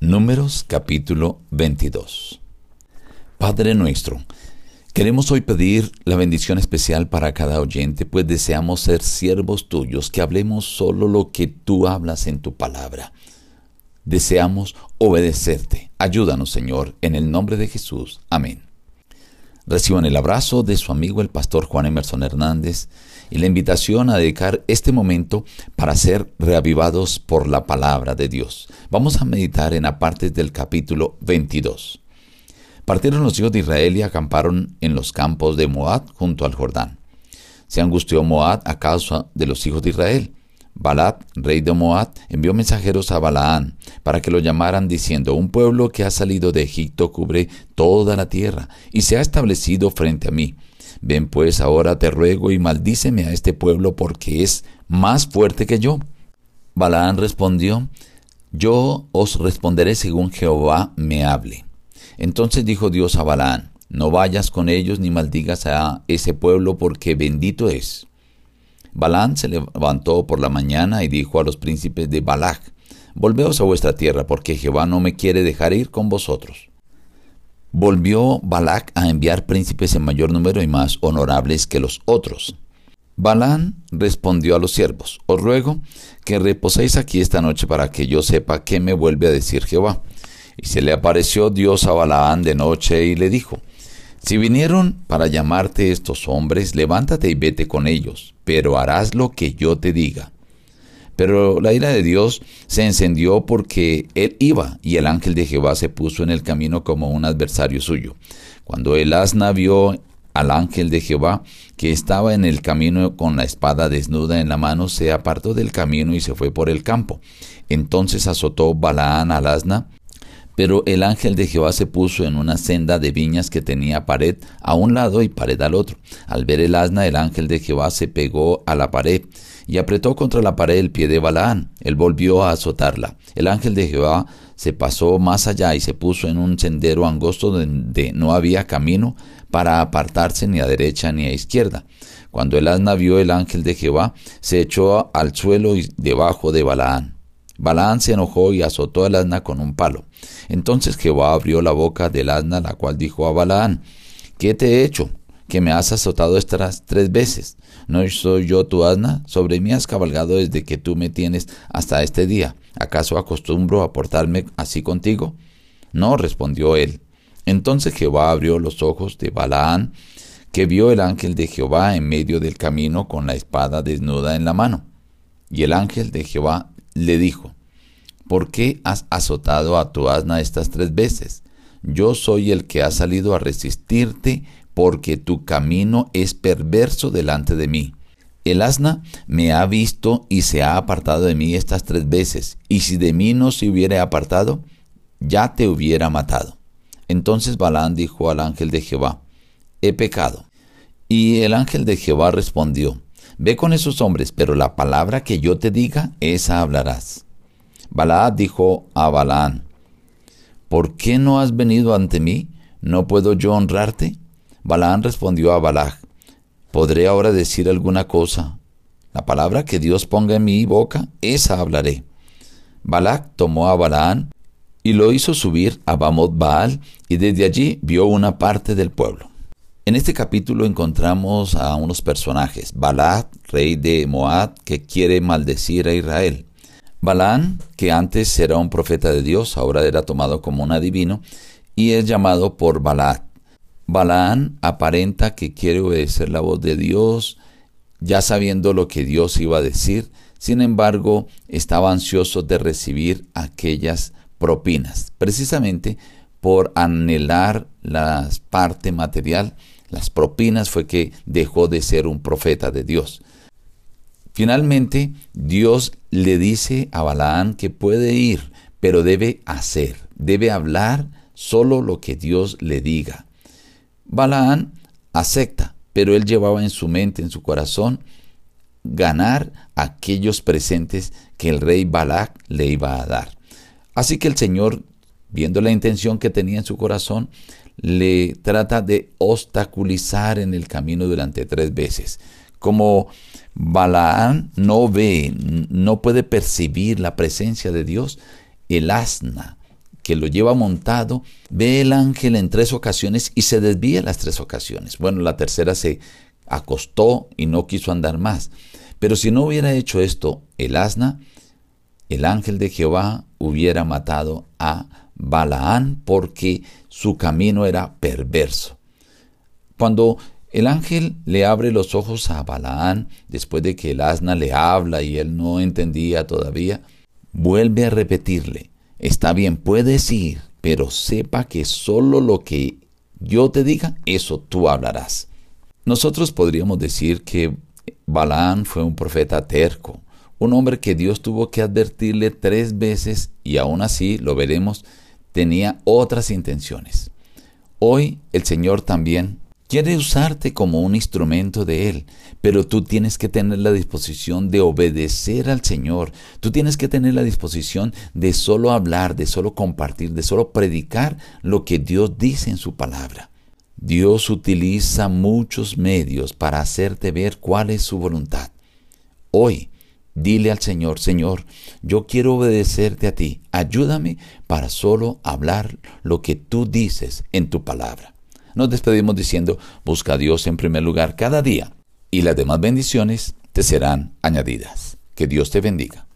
Números capítulo 22. Padre nuestro, queremos hoy pedir la bendición especial para cada oyente, pues deseamos ser siervos tuyos, que hablemos solo lo que tú hablas en tu palabra. Deseamos obedecerte. Ayúdanos, Señor, en el nombre de Jesús. Amén. Reciban el abrazo de su amigo el pastor Juan Emerson Hernández y la invitación a dedicar este momento para ser reavivados por la palabra de Dios. Vamos a meditar en apartes del capítulo 22. Partieron los hijos de Israel y acamparon en los campos de Moab junto al Jordán. Se angustió Moab a causa de los hijos de Israel. Balac, rey de Moab, envió mensajeros a Balaán para que lo llamaran diciendo: un pueblo que ha salido de Egipto cubre toda la tierra y se ha establecido frente a mí. Ven pues ahora, te ruego, y maldíceme a este pueblo porque es más fuerte que yo. Balaán respondió: yo os responderé según Jehová me hable. Entonces dijo Dios a Balaán: no vayas con ellos ni maldigas a ese pueblo porque bendito es. Balaán se levantó por la mañana y dijo a los príncipes de Balac: volveos a vuestra tierra, porque Jehová no me quiere dejar ir con vosotros. Volvió Balac a enviar príncipes en mayor número y más honorables que los otros. Balaán respondió a los siervos: os ruego que reposéis aquí esta noche para que yo sepa qué me vuelve a decir Jehová. Y se le apareció Dios a Balaán de noche y le dijo: si vinieron para llamarte estos hombres, levántate y vete con ellos, pero harás lo que yo te diga. Pero la ira de Dios se encendió porque él iba, y el ángel de Jehová se puso en el camino como un adversario suyo. Cuando el asna vio al ángel de Jehová, que estaba en el camino con la espada desnuda en la mano, se apartó del camino y se fue por el campo. Entonces azotó Balaán al asna, pero el ángel de Jehová se puso en una senda de viñas que tenía pared a un lado y pared al otro. Al ver el asna, el ángel de Jehová se pegó a la pared y apretó contra la pared el pie de Balaán. Él volvió a azotarla. El ángel de Jehová se pasó más allá y se puso en un sendero angosto donde no había camino para apartarse ni a derecha ni a izquierda. Cuando el asna vio el ángel de Jehová, se echó al suelo y debajo de Balaán. Balaán se enojó y azotó al asna con un palo. Entonces Jehová abrió la boca del asna, la cual dijo a Balaán: ¿qué te he hecho, que me has azotado estas 3 veces? ¿No soy yo tu asna? Sobre mí has cabalgado desde que tú me tienes hasta este día. ¿Acaso acostumbro a portarme así contigo? No, respondió él. Entonces Jehová abrió los ojos de Balaán, que vio el ángel de Jehová en medio del camino con la espada desnuda en la mano. Y el ángel de Jehová le dijo: ¿por qué has azotado a tu asna estas 3 veces? Yo soy el que ha salido a resistirte, porque tu camino es perverso delante de mí. El asna me ha visto y se ha apartado de mí estas 3 veces, y si de mí no se hubiera apartado, ya te hubiera matado. Entonces Balaán dijo al ángel de Jehová: he pecado. Y el ángel de Jehová respondió: ve con esos hombres, pero la palabra que yo te diga, esa hablarás. Balac dijo a Balaán: ¿por qué no has venido ante mí? ¿No puedo yo honrarte? Balaán respondió a Balac: ¿podré ahora decir alguna cosa? La palabra que Dios ponga en mi boca, esa hablaré. Balac tomó a Balaán y lo hizo subir a Bamot Baal, y desde allí vio una parte del pueblo. En este capítulo encontramos a unos personajes: Balac, rey de Moab, que quiere maldecir a Israel; Balaán, que antes era un profeta de Dios, ahora era tomado como un adivino, y es llamado por Balac. Balaán aparenta que quiere obedecer la voz de Dios, ya sabiendo lo que Dios iba a decir. Sin embargo, estaba ansioso de recibir aquellas propinas, precisamente por anhelar la parte material. Las propinas fue que dejó de ser un profeta de Dios. Finalmente, Dios le dice a Balaán que puede ir, pero debe hacer, debe hablar solo lo que Dios le diga. Balaán acepta, pero él llevaba en su mente, en su corazón, ganar aquellos presentes que el rey Balac le iba a dar. Así que el Señor, viendo la intención que tenía en su corazón, le trata de obstaculizar en el camino durante 3 veces. Como Balaán no ve, no puede percibir la presencia de Dios, el asna que lo lleva montado, ve el ángel en 3 ocasiones y se desvía las 3 ocasiones. Bueno, la tercera se acostó y no quiso andar más. Pero si no hubiera hecho esto el asna, el ángel de Jehová hubiera matado a Balaán porque su camino era perverso. Cuando el ángel le abre los ojos a Balaán, después de que el asna le habla y él no entendía todavía, vuelve a repetirle: está bien, puedes ir, pero sepa que solo lo que yo te diga, eso tú hablarás. Nosotros podríamos decir que Balaán fue un profeta terco, un hombre que Dios tuvo que advertirle 3 veces y aún así, lo veremos, tenía otras intenciones. Hoy el Señor también quiere usarte como un instrumento de Él, pero tú tienes que tener la disposición de obedecer al Señor. Tú tienes que tener la disposición de solo hablar, de solo compartir, de solo predicar lo que Dios dice en su palabra. Dios utiliza muchos medios para hacerte ver cuál es su voluntad. Hoy, dile al Señor: Señor, yo quiero obedecerte a ti. Ayúdame para solo hablar lo que tú dices en tu palabra. Nos despedimos diciendo: busca a Dios en primer lugar cada día y las demás bendiciones te serán añadidas. Que Dios te bendiga.